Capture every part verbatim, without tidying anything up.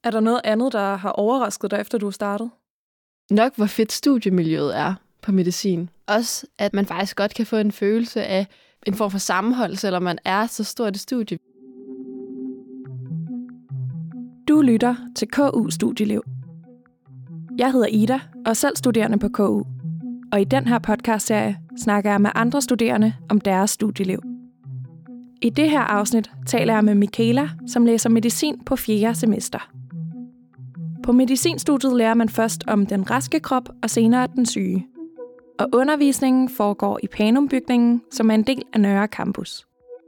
Er der noget andet, der har overrasket dig, efter du er startet? Nok hvor fedt studiemiljøet er på medicin. Også at man faktisk godt kan få en følelse af en form for sammenhold, selvom man er så stort et studie. Du lytter til K U Studieliv. Jeg hedder Ida og er selv studerende på K U. Og i den her podcastserie snakker jeg med andre studerende om deres studieliv. I det her afsnit taler jeg med Michaela, som læser medicin på fjerde semester. På medicinstudiet lærer man først om den raske krop og senere den syge. Og undervisningen foregår i Panum-bygningen, som er en del af Nørre Campus.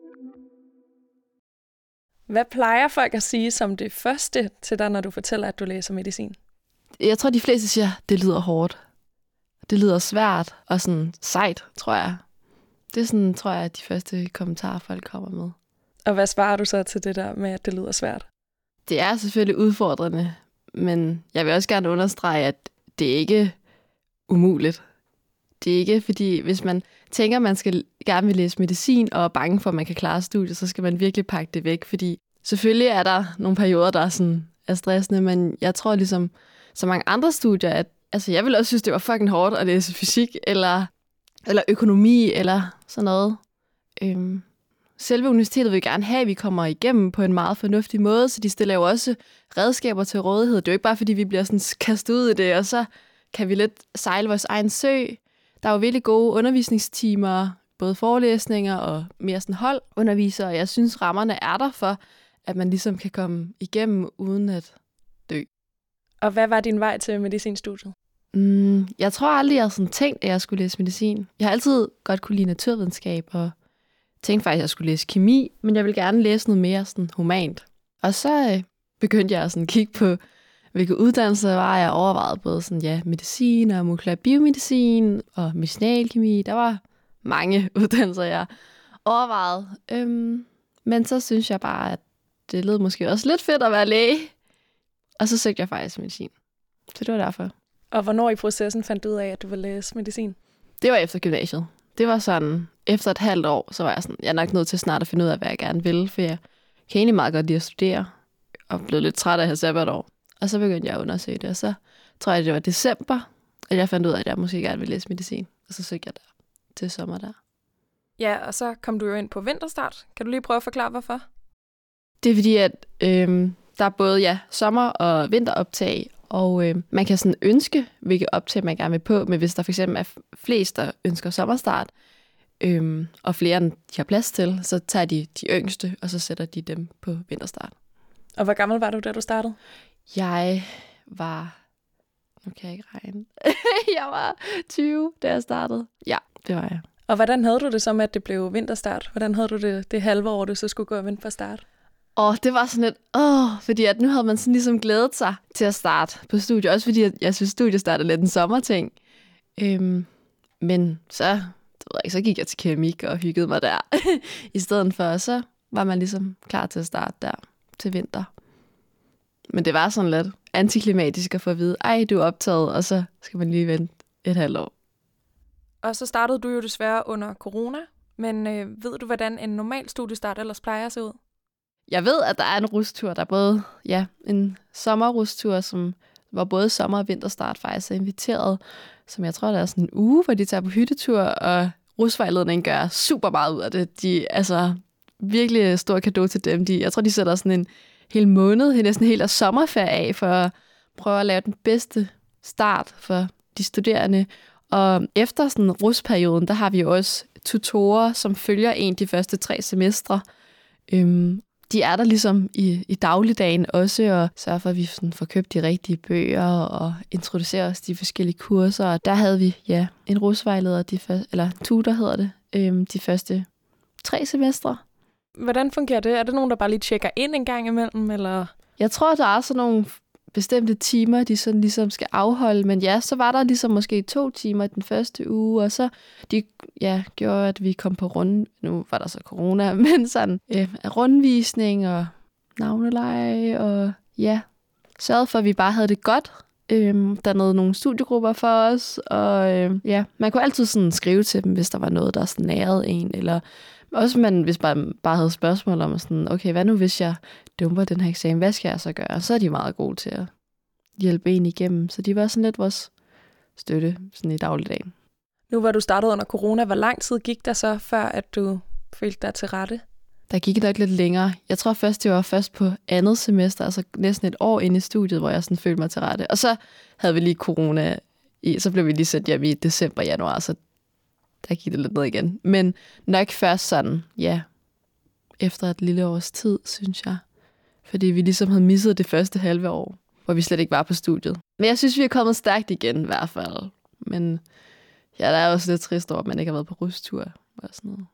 Hvad plejer folk at sige som det første til dig, når du fortæller, at du læser medicin? Jeg tror, de fleste siger, at det lyder hårdt. Det lyder svært og sådan sejt, tror jeg. Det er sådan, tror jeg, at de første kommentarer, folk kommer med. Og hvad svarer du så til det der med, at det lyder svært? Det er selvfølgelig udfordrende, men jeg vil også gerne understrege, at det ikke er umuligt. Det er ikke, fordi hvis man tænker, at man skal gerne vil læse medicin og er bange for, at man kan klare studiet, så skal man virkelig pakke det væk. Fordi selvfølgelig er der nogle perioder, der er, sådan, er stressende, men jeg tror ligesom så mange andre studier, at altså, jeg ville også synes, det var fucking hårdt at læse fysik eller, eller økonomi eller sådan noget. Øhm, selve universitetet vil gerne have, at vi kommer igennem på en meget fornuftig måde, så de stiller jo også redskaber til rådighed. Det er jo ikke bare, fordi vi bliver sådan kastet ud i det, og så kan vi lidt sejle vores egen sø. Der er jo virkelig gode undervisningstimer, både forelæsninger og mere sådan holdundervisere, og jeg synes, rammerne er der for, at man ligesom kan komme igennem uden at dø. Og hvad var din vej til medicinstudiet? Mm, jeg tror aldrig, jeg har sådan tænkt, at jeg skulle læse medicin. Jeg har altid godt kunne lide naturvidenskab, og tænkte faktisk, at jeg skulle læse kemi, men jeg ville gerne læse noget mere sådan humant. Og så øh, begyndte jeg at sådan kigge på, hvilke uddannelser var. Jeg overvejet både sådan, ja, medicin og molekylær biomedicin og medicinalkemi. Der var mange uddannelser, jeg overvejede. Øhm, men så synes jeg bare, at det lød måske også lidt fedt at være læge. Og så søgte jeg faktisk medicin. Så det var derfor. Og hvornår i processen fandt du ud af, at du ville læse medicin? Det var efter gymnasiet. Det var sådan, efter et halvt år, så var jeg sådan, jeg er nok nødt til snart at finde ud af, hvad jeg gerne vil, for jeg kan egentlig meget godt lide at studere, og blev lidt træt af at have sabbatår. Og så begyndte jeg at undersøge det, og så tror jeg, det var december, at jeg fandt ud af, at jeg måske gerne ville læse medicin. Og så søgte jeg der til sommer der. Ja, og så kom du jo ind på vinterstart. Kan du lige prøve at forklare, hvorfor? Det er fordi, at øh, der er både ja, sommer- og vinteroptag, og øh, man kan sådan ønske, hvilket optag man gerne vil på, men hvis der for eksempel er flest, der ønsker sommerstart, øh, og flere end de har plads til, så tager de de yngste, og så sætter de dem på vinterstart. Og hvor gammel var du, da du startede? Jeg var... Nu kan jeg ikke regne. Jeg var tyve, da jeg startede. Ja, det var jeg. Og hvordan havde du det så med, at det blev vinterstart? Hvordan havde du det det halve år, du så skulle gå og vente på start? Og det var sådan lidt, åh, fordi at nu havde man sådan ligesom glædet sig til at starte på studie. Også fordi, at jeg synes, studiestart er lidt en sommerting. Øhm, men så, det ved jeg ikke, så gik jeg til keramik og hyggede mig der. I stedet for, så var man ligesom klar til at starte der til vinter. Men det var sådan lidt antiklimatisk at få at vide, ej, du er optaget, og så skal man lige vente et halvt år. Og så startede du jo desværre under corona, men øh, ved du, hvordan en normal studiestart ellers plejer at se ud? Jeg ved, at der er en rustur, der er både ja, en sommerrustur, som hvor både sommer- og vinterstart faktisk er inviteret, som jeg tror, der er sådan en uge, hvor de tager på hyttetur, og rusvejledningen gør super meget ud af det. De altså virkelig stor cadeau til dem. De, jeg tror, de sætter sådan en hel måned, næsten helt af sommerferie af, for at prøve at lave den bedste start for de studerende. Og efter sådan rusperioden, der har vi jo også tutorer, som følger en de første tre semestre. Øhm, de er der ligesom i, i dagligdagen også, og sørger for, at vi sådan får købt de rigtige bøger og introducerer os de forskellige kurser. Og der havde vi ja en rusvejleder, de første, eller tutor hedder det, øhm, de første tre semestre. Hvordan fungerer det? Er det nogen, der bare lige tjekker ind en gang imellem, eller? Jeg tror, der er sådan nogle bestemte timer, de sådan ligesom skal afholde, men ja, så var der ligesom måske to timer den første uge, og så de ja, gjorde, at vi kom på rund, nu var der så corona, men sådan øh, rundvisning og navneleje, og ja, sørgede for, at vi bare havde det godt øhm, dannede nogle studiegrupper for os, og øh, ja, man kunne altid sådan skrive til dem, hvis der var noget, der sådan nærede en, eller også man, hvis man bare havde spørgsmål om, sådan, okay, hvad nu hvis jeg dumper den her eksamen, hvad skal jeg så gøre? Så er de meget gode til at hjælpe en igennem, så de var sådan lidt vores støtte sådan i dagligdagen. Nu hvor du startede under corona, hvor lang tid gik der så, før at du følte dig til rette? Der gik nok lidt længere. Jeg tror først, det var først på andet semester, altså næsten et år inde i studiet, hvor jeg sådan følte mig til rette. Og så havde vi lige corona i, så blev vi lige sendt hjem i december, januar, så der gik det lidt ned igen. Men nok først sådan, ja, efter et lille års tid, synes jeg. Fordi vi ligesom havde misset det første halve år, hvor vi slet ikke var på studiet. Men jeg synes, vi er kommet stærkt igen i hvert fald. Men ja, der er også lidt trist over, at man ikke har været på rustur og sådan noget.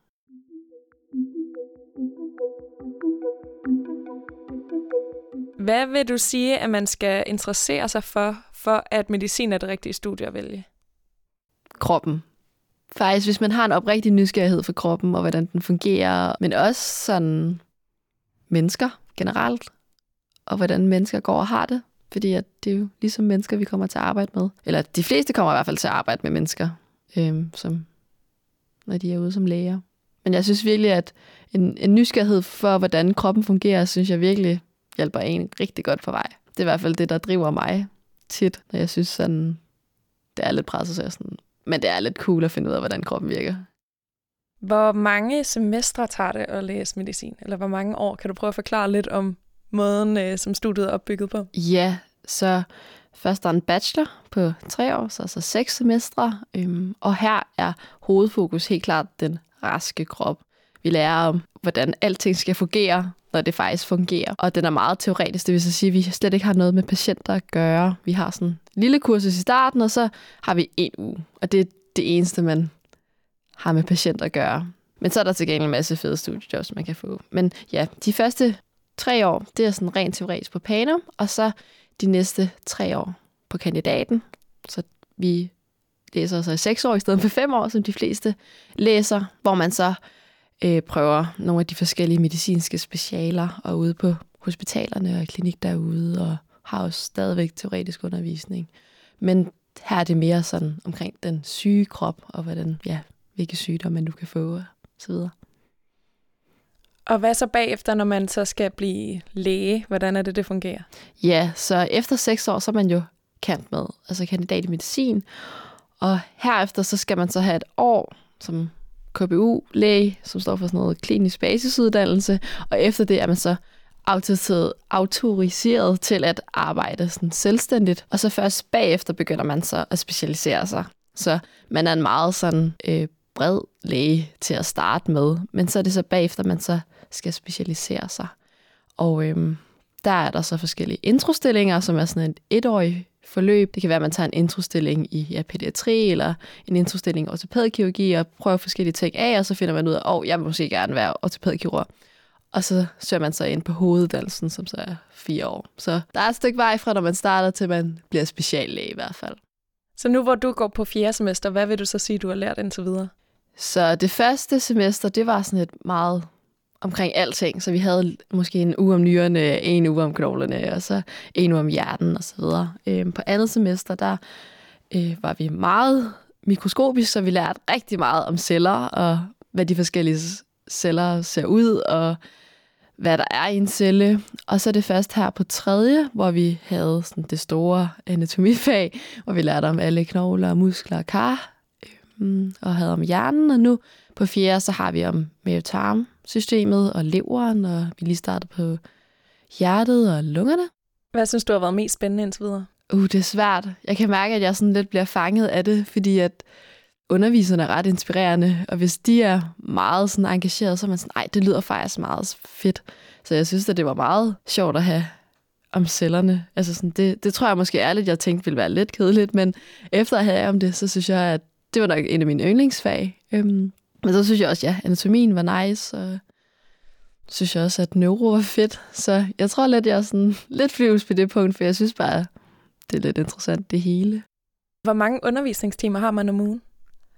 Hvad vil du sige, at man skal interessere sig for, for at medicin er det rigtige studie at vælge? Kroppen. Faktisk, hvis man har en oprigtig nysgerrighed for kroppen, og hvordan den fungerer, men også sådan mennesker generelt, og hvordan mennesker går og har det. Fordi at det er jo ligesom mennesker, vi kommer til at arbejde med. Eller de fleste kommer i hvert fald til at arbejde med mennesker, øhm, som, når de er ude som læger. Men jeg synes virkelig, at en, en nysgerrighed for, hvordan kroppen fungerer, synes jeg virkelig hjælper en rigtig godt på vej. Det er i hvert fald det, der driver mig tit, når jeg synes, sådan, det er lidt presset, så sådan. Men det er lidt cool at finde ud af, hvordan kroppen virker. Hvor mange semestre tager det at læse medicin? Eller hvor mange år? Kan du prøve at forklare lidt om måden, som studiet er opbygget på? Ja, så først er en bachelor på tre år, så altså seks semestre. Øhm, og her er hovedfokus helt klart den raske krop. Vi lærer om, hvordan alting skal fungere, når det faktisk fungerer. Og den er meget teoretisk, det vil så sige, at vi slet ikke har noget med patienter at gøre. Vi har sådan en lille kursus i starten, og så har vi en uge. Og det er det eneste, man har med patienter at gøre. Men så er der til gengæld en masse fede studiejobs, man kan få. Men ja, de første tre år, det er sådan rent teoretisk på Panum, og så de næste tre år på kandidaten. Så vi læser så i seks år i stedet for fem år, som de fleste læser, hvor man så øh, prøver nogle af de forskellige medicinske specialer og ude på hospitalerne og klinik derude, og har også stadigvæk teoretisk undervisning. Men her er det mere sådan omkring den syge krop, og hvordan, ja, hvilke sygdomme man nu kan få, og så videre. Og hvad så bagefter, når man så skal blive læge? Hvordan er det, det fungerer? Ja, så efter seks år, så er man jo kendt med, altså kandidat i medicin. Og herefter, så skal man så have et år som K B U-læge, som står for sådan noget klinisk basisuddannelse. Og efter det er man så autoriseret til at arbejde sådan selvstændigt. Og så først bagefter begynder man så at specialisere sig. Så man er en meget sådan øh, bred læge til at starte med. Men så er det så bagefter, man så skal specialisere sig. Og øhm, der er der så forskellige introstillinger, som er sådan et etårigt forløb. Det kan være, at man tager en introstilling i ja, pædiatri, eller en introstilling i ortopædkirurgi, og prøver forskellige ting af, og så finder man ud af, at oh, jeg vil måske gerne være ortopædkirurg. Og så søger man så ind på hoveduddannelsen, som så er fire år. Så der er et stykke vej fra, når man starter, til man bliver speciallæge i hvert fald. Så nu hvor du går på fjerde semester, hvad vil du så sige, du har lært indtil videre? Så det første semester, det var sådan et meget omkring alting. Så vi havde måske en uge om nyrerne, en uge om knoglerne, og så en uge om hjernen og så videre. Øhm, på andet semester, der øh, var vi meget mikroskopisk, så vi lærte rigtig meget om celler, og hvad de forskellige celler ser ud, og hvad der er i en celle. Og så er det først her på tredje, hvor vi havde sådan det store anatomifag, hvor vi lærte om alle knogler, muskler og kar, øhm, og havde om hjernen. Og nu på fjerde, så har vi om mavetarmsystemet og leveren, og vi lige startet på hjertet og lungerne. Hvad synes du har været mest spændende indtil videre? Uh, det er svært. Jeg kan mærke, at jeg sådan lidt bliver fanget af det, fordi at underviserne er ret inspirerende, og hvis de er meget sådan engageret, så er man sådan, ej, det lyder faktisk meget fedt. Så jeg synes, at det var meget sjovt at have om cellerne. Altså sådan, det, det tror jeg måske ærligt, jeg tænkte ville være lidt kedeligt, men efter at have om det, så synes jeg, at det var nok en af mine yndlingsfag. Øhm, men så synes jeg også, ja, anatomien var nice, og så synes jeg også, at neuro var fedt. Så jeg tror lidt, jeg er sådan lidt flyvs på det punkt, for jeg synes bare, det er lidt interessant, det hele. Hvor mange undervisningstimer har man om ugen?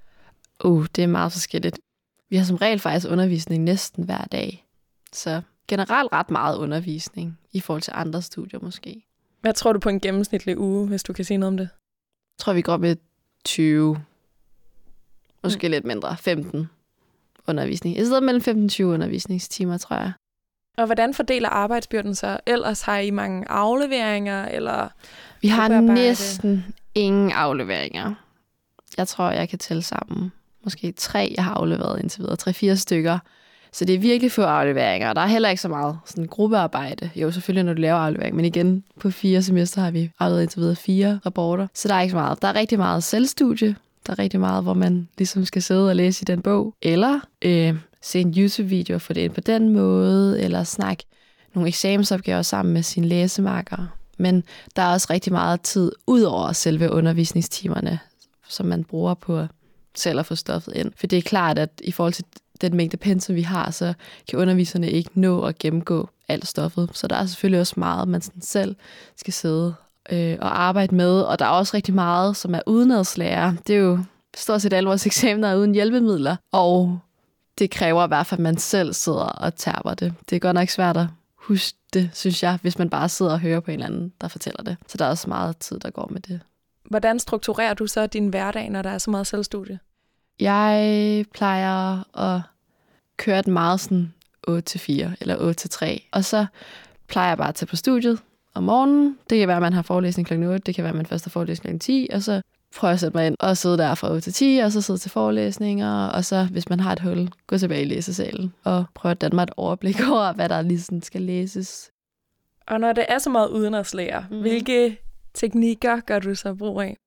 Uh, det er meget forskelligt. Vi har som regel faktisk undervisning næsten hver dag. Så generelt ret meget undervisning i forhold til andre studier måske. Hvad tror du på en gennemsnitlig uge, hvis du kan sige noget om det? Jeg tror, vi går med tyve, måske mm. lidt mindre, femten undervisning. Jeg sidder mellem femten og tyve undervisningstimer, tror jeg. Og hvordan fordeler arbejdsbyrden så? Ellers har I mange afleveringer, eller... Vi har næsten ingen afleveringer. Jeg tror, jeg kan tælle sammen. Måske tre, jeg har afleveret indtil videre. Tre-fire stykker. Så det er virkelig få afleveringer. Der er heller ikke så meget sådan gruppearbejde. Jo, selvfølgelig, når du laver aflevering. Men igen, på fire semester har vi afleveret indtil videre fire rapporter. Så der er ikke så meget. Der er rigtig meget selvstudie. Der er rigtig meget, hvor man ligesom skal sidde og læse i den bog. Eller øh, se en YouTube-video og få det ind på den måde. Eller snakke nogle eksamensopgaver sammen med sine læsemarkere. Men der er også rigtig meget tid ud over selve undervisningstimerne, som man bruger på selv at få stoffet ind. For det er klart, at i forhold til den mængde pensum, vi har, så kan underviserne ikke nå at gennemgå alt stoffet. Så der er selvfølgelig også meget, man selv skal sidde øh, og arbejde med. Og der er også rigtig meget, som er udenadslærer. Det er jo stort set alle vores eksamener er uden hjælpemidler. Og det kræver i hvert fald, at man selv sidder og terper det. Det er godt nok svært at huske det, synes jeg, hvis man bare sidder og hører på en eller anden, der fortæller det. Så der er også meget tid, der går med det. Hvordan strukturerer du så din hverdag, når der er så meget selvstudie? Jeg plejer at køre den meget sådan otte til fire eller otte til tre. Og så plejer jeg bare at tage på studiet om morgenen. Det kan være, at man har forelæsning klokken otte. Det kan være, at man først har forelæsning klokken ti. Og så prøver jeg at sætte mig ind og sidde der fra otte til ti. Og så sidde til forelæsninger. Og så, hvis man har et hul, gå tilbage i læsesalen. Og prøve at danne mig et overblik over, hvad der lige sådan skal læses. Og når det er så meget udenadslærer, mm. hvilke teknikker gør du så brug af?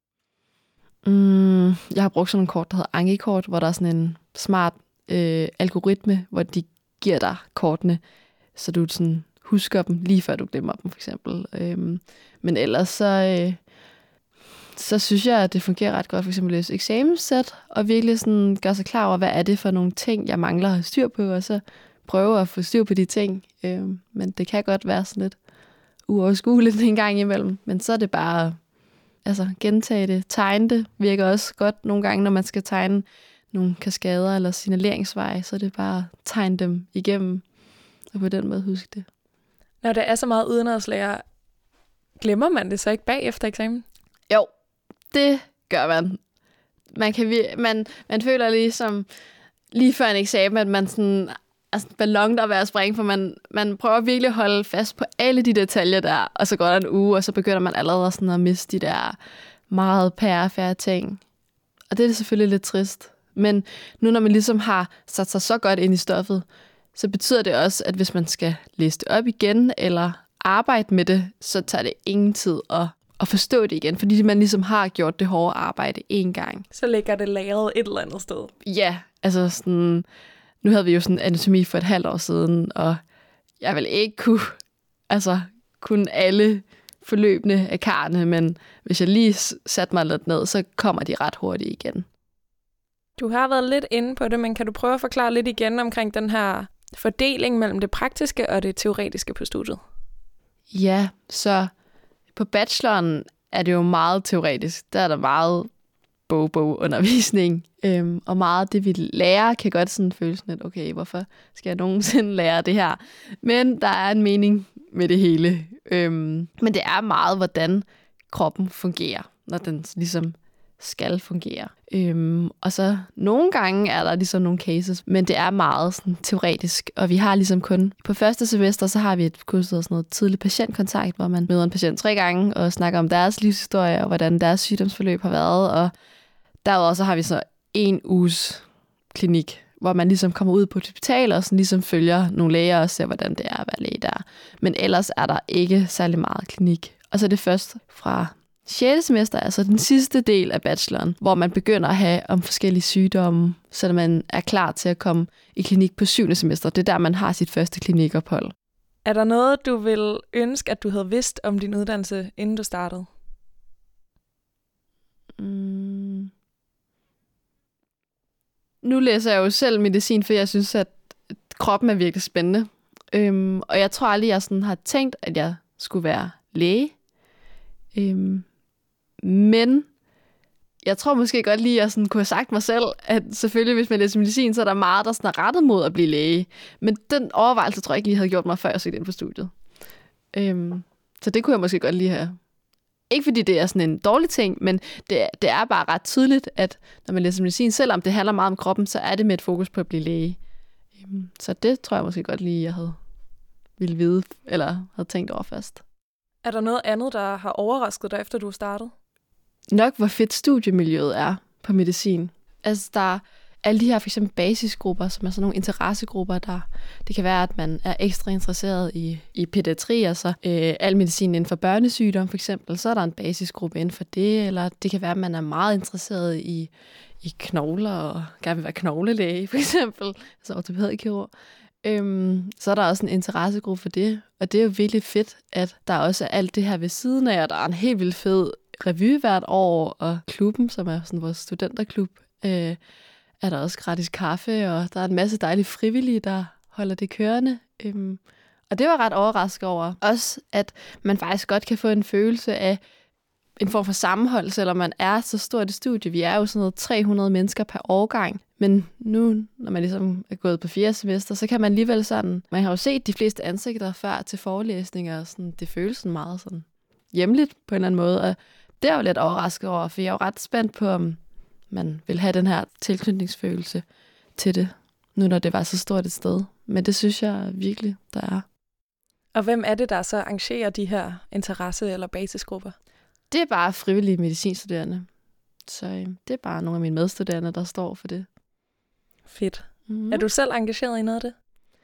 Mm, jeg har brugt sådan en kort, der hedder Anki-kort, hvor der er sådan en smart øh, algoritme, hvor de giver dig kortene, så du sådan husker dem lige før du glemmer dem, for eksempel. Øhm, men ellers så, øh, så synes jeg, at det fungerer ret godt, for eksempel at læse eksamenssæt, og virkelig sådan gøre sig klar over, hvad er det for nogle ting, jeg mangler at have styr på, og så prøve at få styr på de ting. Øhm, men det kan godt være sådan lidt uoverskueligt en gang imellem, men så er det bare altså gentage det, tegne det, virker også godt nogle gange, når man skal tegne nogle kaskader eller signaleringsveje, så er det bare at tegne dem igennem, og på den måde huske det. Når det er så meget udenadslærer, glemmer man det så ikke bagefter eksamen? Jo, det gør man. Man, kan, man, man føler ligesom lige før en eksamen, at man sådan altså ballon, der er ved at springe, for man, man prøver virkelig at holde fast på alle de detaljer der, og så går der en uge, og så begynder man allerede sådan at miste de der meget pærefærre ting. Og det er selvfølgelig lidt trist. Men nu når man ligesom har sat sig så godt ind i stoffet, så betyder det også, at hvis man skal læse det op igen, eller arbejde med det, så tager det ingen tid at, at forstå det igen, fordi man ligesom har gjort det hårde arbejde én gang. Så ligger det lagret et eller andet sted. Ja, altså sådan... Nu havde vi jo sådan anatomi for et halvt år siden, og jeg vil ikke kunne, altså, kunne alle forløbene af karne, men hvis jeg lige satte mig lidt ned, så kommer de ret hurtigt igen. Du har været lidt inde på det, men kan du prøve at forklare lidt igen omkring den her fordeling mellem det praktiske og det teoretiske på studiet? Ja, så på bacheloren er det jo meget teoretisk. Der er der meget bog-bog-undervisning. Øhm, og meget af det, vi lærer, kan godt sådan føles lidt, okay, hvorfor skal jeg nogensinde lære det her? Men der er en mening med det hele. Øhm, men det er meget, hvordan kroppen fungerer, når den ligesom skal fungere. Øhm, og så nogle gange er der ligesom nogle cases, men det er meget sådan teoretisk. Og vi har ligesom kun, på første semester, så har vi et kurs, der er sådan noget tidlig patientkontakt, hvor man møder en patient tre gange og snakker om deres livshistorie og hvordan deres sygdomsforløb har været. Og derudover så har vi så en uges klinik, hvor man ligesom kommer ud på et hospital og sådan ligesom følger nogle læger og ser, hvordan det er at være læge der. Men ellers er der ikke særlig meget klinik. Og så er det først fra sjette semester, altså den sidste del af bacheloren, hvor man begynder at have om forskellige sygdomme, så man er klar til at komme i klinik på syvende semester. Det er der, man har sit første klinikophold. Er der noget, du vil ønske, at du havde vidst om din uddannelse, inden du startede? Mm. Nu læser jeg jo selv medicin, for jeg synes, at kroppen er virkelig spændende. Øhm, og jeg tror aldrig, jeg sådan har tænkt, at jeg skulle være læge. Øhm, men jeg tror måske godt lige, at jeg sådan kunne have sagt mig selv, at selvfølgelig, hvis man læser medicin, så er der meget, der sådan er rettet mod at blive læge. Men den overvejelse tror jeg ikke lige havde gjort mig, før jeg søgte ind på studiet. Øhm, Så det kunne jeg måske godt lige have. Ikke fordi det er sådan en dårlig ting, men det er, det er bare ret tydeligt, at når man læser medicin, selvom det handler meget om kroppen, så er det med et fokus på at blive læge. Så det tror jeg måske godt lige, jeg havde ville vide, eller havde tænkt over først. Er der noget andet, der har overrasket dig, efter du startede? Nok hvor fedt studiemiljøet er på medicin. Altså der er alle de her for eksempel basisgrupper, som er sådan nogle interessegrupper, der det kan være, at man er ekstra interesseret i, i pædiatri, altså øh, al medicin inden for børnesygdom for eksempel, så er der en basisgruppe inden for det, eller det kan være, at man er meget interesseret i, i knogler og gerne vil være knoglelæge for eksempel, altså ortopædkirurg. Øhm, så er der også en interessegruppe for det, og det er jo virkelig fedt, at der også er alt det her ved siden af, og der er en helt vildt fed revy hvert år, og klubben, som er sådan vores studenterklub, øh, er der også gratis kaffe, og der er en masse dejlige frivillige, der holder det kørende. Øhm, og det var ret overrasket over. Også, at man faktisk godt kan få en følelse af en form for sammenhold, selvom man er så stort et studie. Vi er jo sådan noget tre hundrede mennesker per årgang. Men nu, når man ligesom er gået på fjerde semester, så kan man alligevel sådan... Man har jo set de fleste ansigter før til forelæsninger, og sådan, det føles sådan meget sådan hjemligt på en eller anden måde. Og det er jo lidt overrasket over, for jeg er jo ret spændt på, om man vil have den her tilknytningsfølelse til det, nu når det var så stort et sted. Men det synes jeg virkelig, der er. Og hvem er det, der så arrangerer de her interesse- eller basisgrupper? Det er bare frivillige medicinstuderende. Så øh, det er bare nogle af mine medstuderende, der står for det. Fedt. Mm. Er du selv engageret i noget af det?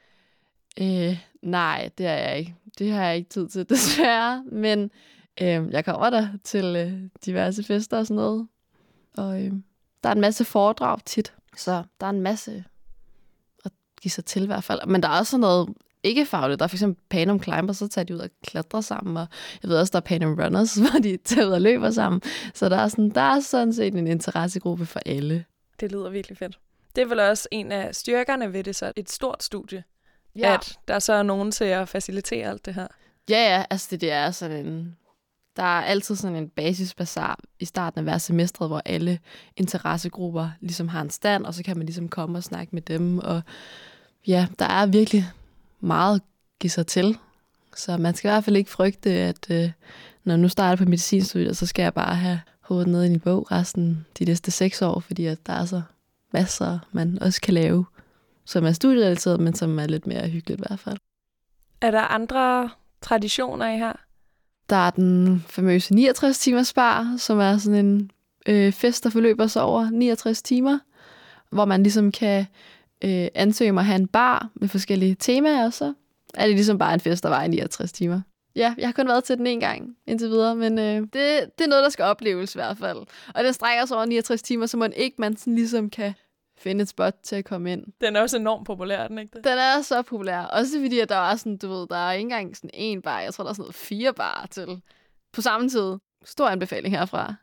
Øh, nej, det er jeg ikke. Det har jeg ikke tid til, desværre. Men øh, jeg kommer der til øh, diverse fester og sådan noget. Og øh, der er en masse foredrag tit. Så der er en masse at give sig til i hvert fald. Men der er også sådan noget ikke fagligt. Der er for eksempel Panum Climber, så tager de ud og klatrer sammen. Og jeg ved også, der er Panum Runners, hvor de tager ud og løber sammen. Så der er, sådan, der er sådan set en interessegruppe for alle. Det lyder virkelig fedt. Det er vel også en af styrkerne ved det, så et stort studie. Ja. At der så er nogen til at facilitere alt det her. Ja, ja. Altså det, det er sådan en... Der er altid sådan en basisbasar i starten af hver semester, hvor alle interessegrupper ligesom har en stand, og så kan man ligesom komme og snakke med dem. Og ja, der er virkelig meget at give sig til. Så man skal i hvert fald ikke frygte, at øh, når nu starter på medicinstudiet, så skal jeg bare have hovedet ned i en bog resten de næste seks år, fordi at der er så masser, man også kan lave, som er studierelateret, men som er lidt mere hyggeligt i hvert fald. Er der andre traditioner i her? Der er den famøse niogtres timers spar, som er sådan en øh, fest, der forløber sig over niogtres timer, hvor man ligesom kan øh, ansøge om at have en bar med forskellige temaer, og så er det ligesom bare en fest, der var i niogtres timer. Ja, jeg har kun været til den en gang indtil videre, men øh, det, det er noget, der skal opleves i hvert fald. Og den strækker sig over niogtres timer, så man ikke man sådan ligesom kan finde et spot til at komme ind. Den er også enormt populær, den ikke det? Den er så populær. Også fordi, at der er sådan, du ved, der er ikke engang sådan en bar. Jeg tror, der er sådan noget fire bar til på samme tid. Stor anbefaling herfra.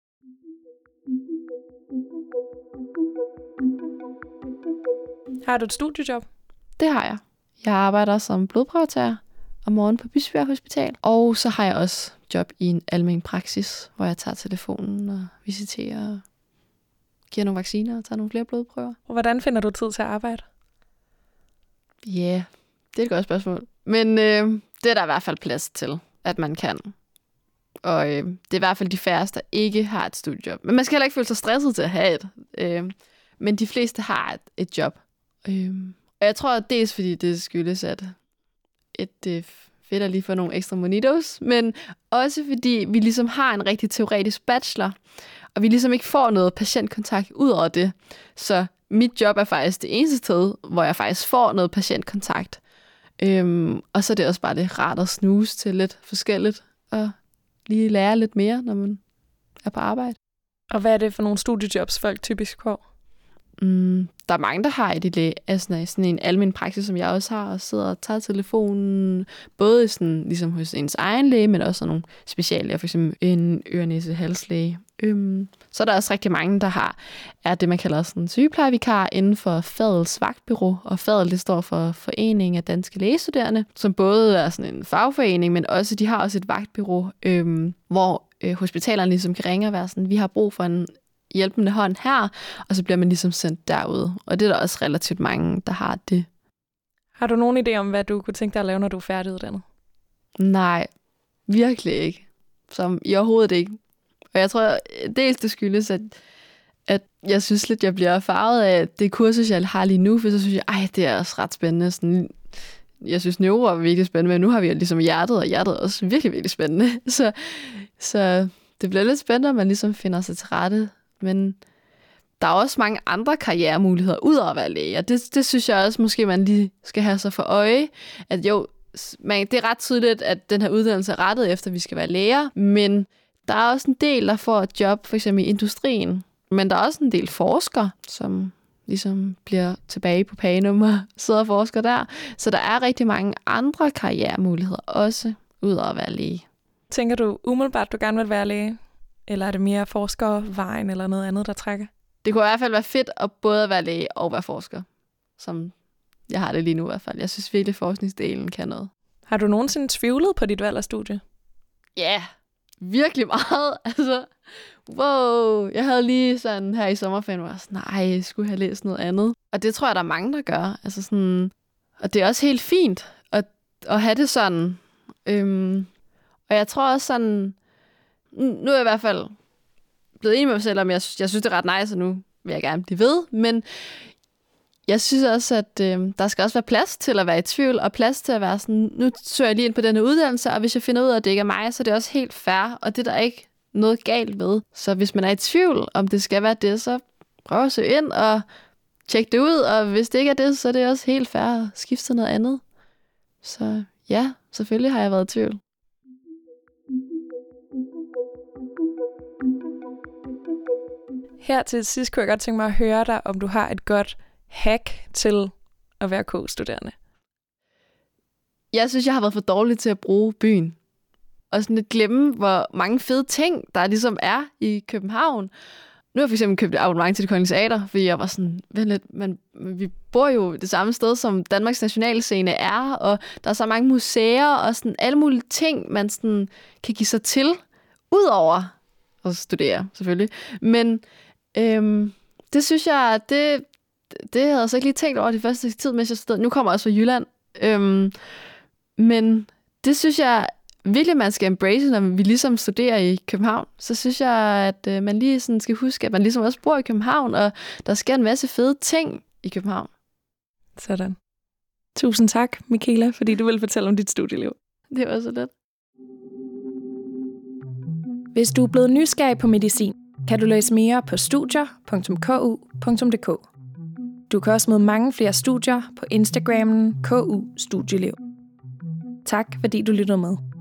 Har du et studiejob? Det har jeg. Jeg arbejder som blodprøvetager om morgenen på Bispebjerg Hospital. Og så har jeg også job i en almen praksis, hvor jeg tager telefonen og visiterer og giver nogle vacciner og tager nogle flere blodprøver. Og hvordan finder du tid til at arbejde? Ja, yeah, det er et godt spørgsmål. Men øh, det er der i hvert fald plads til, at man kan. Og øh, det er i hvert fald de færreste, der ikke har et studiejob. Men man skal heller ikke føle sig stresset til at have et. Øh, men de fleste har et, et job. Øh, og jeg tror, at dels fordi det skyldes, at et, det er fedt at lige få nogle ekstra monitos, men også fordi vi ligesom har en rigtig teoretisk bachelor, og vi ligesom ikke får noget patientkontakt ud over det. Så mit job er faktisk det eneste sted, hvor jeg faktisk får noget patientkontakt. Øhm, og så er det også bare det rart at snuse til lidt forskelligt, og lige lære lidt mere, når man er på arbejde. Og hvad er det for nogle studiejobs, folk typisk får? Mm, der er mange, der har et idé af sådan, sådan en almen praksis, som jeg også har, og sidder og tager telefonen, både sådan, ligesom hos ens egen læge, men også nogle speciallæger, for eksempel en øre-næse-halslæge. Øhm, så er der også rigtig mange, der har er det, man kalder sådan en sygeplejevikar inden for Fadels vagtbureau, og Fadel, det står for Forening af Danske Lægestuderende, som både er sådan en fagforening, men også de har også et vagtbureau, øhm, hvor øh, hospitalerne ligesom kan ringe og være sådan, vi har brug for en hjælpende hånd her, og så bliver man ligesom sendt derud. Og det er der også relativt mange, der har det. Har du nogen idé om, hvad du kunne tænke dig at lave, når du er færdiguddannet? Nej, Virkelig ikke. Som i overhovedet ikke. Og jeg tror, dels det skyldes, at, at jeg synes lidt, jeg bliver farvet af det kursus, jeg har lige nu, for så synes jeg, ej, det er også ret spændende. Sådan, jeg synes, neuro er virkelig spændende, men nu har vi ligesom hjertet, og hjertet er også virkelig, virkelig spændende. Så, så det bliver lidt spændende, at man ligesom finder sig til rette. Men der er også mange andre karrieremuligheder, ud over at være læge. Og det, det synes jeg også, måske man lige skal have sig for øje, at jo, man, det er ret tydeligt, at den her uddannelse er rettet efter, at vi skal være læger, men der er også en del, der får et job, for eksempel i industrien. Men der er også en del forskere, som ligesom bliver tilbage på Panum og sidder og forsker der. Så der er rigtig mange andre karrieremuligheder, også ud over at være læge. Tænker du umiddelbart, du gerne vil være læge? Eller er det mere forskervejen eller noget andet, der trækker? Det kunne i hvert fald være fedt at både være læge og være forsker, som jeg har det lige nu i hvert fald. Jeg synes virkelig, forskningsdelen kan noget. Har du nogensinde tvivlet på dit valg af studie? Ja, yeah, virkelig meget. Altså, wow. Jeg havde lige sådan her i sommerferien, hvor jeg sådan, nej, jeg skulle have læst noget andet. Og det tror jeg, der er mange, der gør. Altså sådan, og det er også helt fint at, at have det sådan. Øhm, og jeg tror også sådan, nu er jeg i hvert fald blevet enig med mig selv, om jeg, jeg synes, det er ret nice, og nu vil jeg gerne blive ved. Men jeg synes også, at øh, der skal også være plads til at være i tvivl, og plads til at være sådan, nu søger jeg lige ind på denne uddannelse, og hvis jeg finder ud af, at det ikke er mig, så er det også helt fair, og det er der ikke noget galt ved. Så hvis man er i tvivl, om det skal være det, så prøv at søge ind og tjek det ud, og hvis det ikke er det, så er det også helt fair at skifte til noget andet. Så ja, selvfølgelig har jeg været i tvivl. Her til sidst kunne jeg godt tænke mig at høre dig, om du har et godt hack til at være K U-studerende. Jeg synes, jeg har været for dårlig til at bruge byen. Og sådan lidt glemme, hvor mange fede ting, der ligesom er i København. Nu har jeg for eksempel købt et abonnement til Det Kongelige Teater, fordi jeg var sådan, vent lidt, men vi bor jo det samme sted, som Danmarks Nationalscene er, og der er så mange museer og sådan alle mulige ting, man sådan kan give sig til, udover at studere, selvfølgelig. Men øhm, det synes jeg, det, det havde jeg så ikke lige tænkt over de første tid, mens jeg studerede. Nu kommer jeg også fra Jylland. Øhm, men det synes jeg virkelig, man skal embrace, når vi ligesom studerer i København. Så synes jeg, at øh, man lige sådan skal huske, at man ligesom også bor i København, og der sker en masse fede ting i København. Sådan. Tusind tak, Michaela, fordi du ville fortælle om dit studieliv. Det var så let. Hvis du er blevet nysgerrig på medicin, kan du læse mere på studier punktum k u punktum d k. Du kan også møde mange flere studier på Instagrammen K U Studieliv. Tak fordi du lyttede med.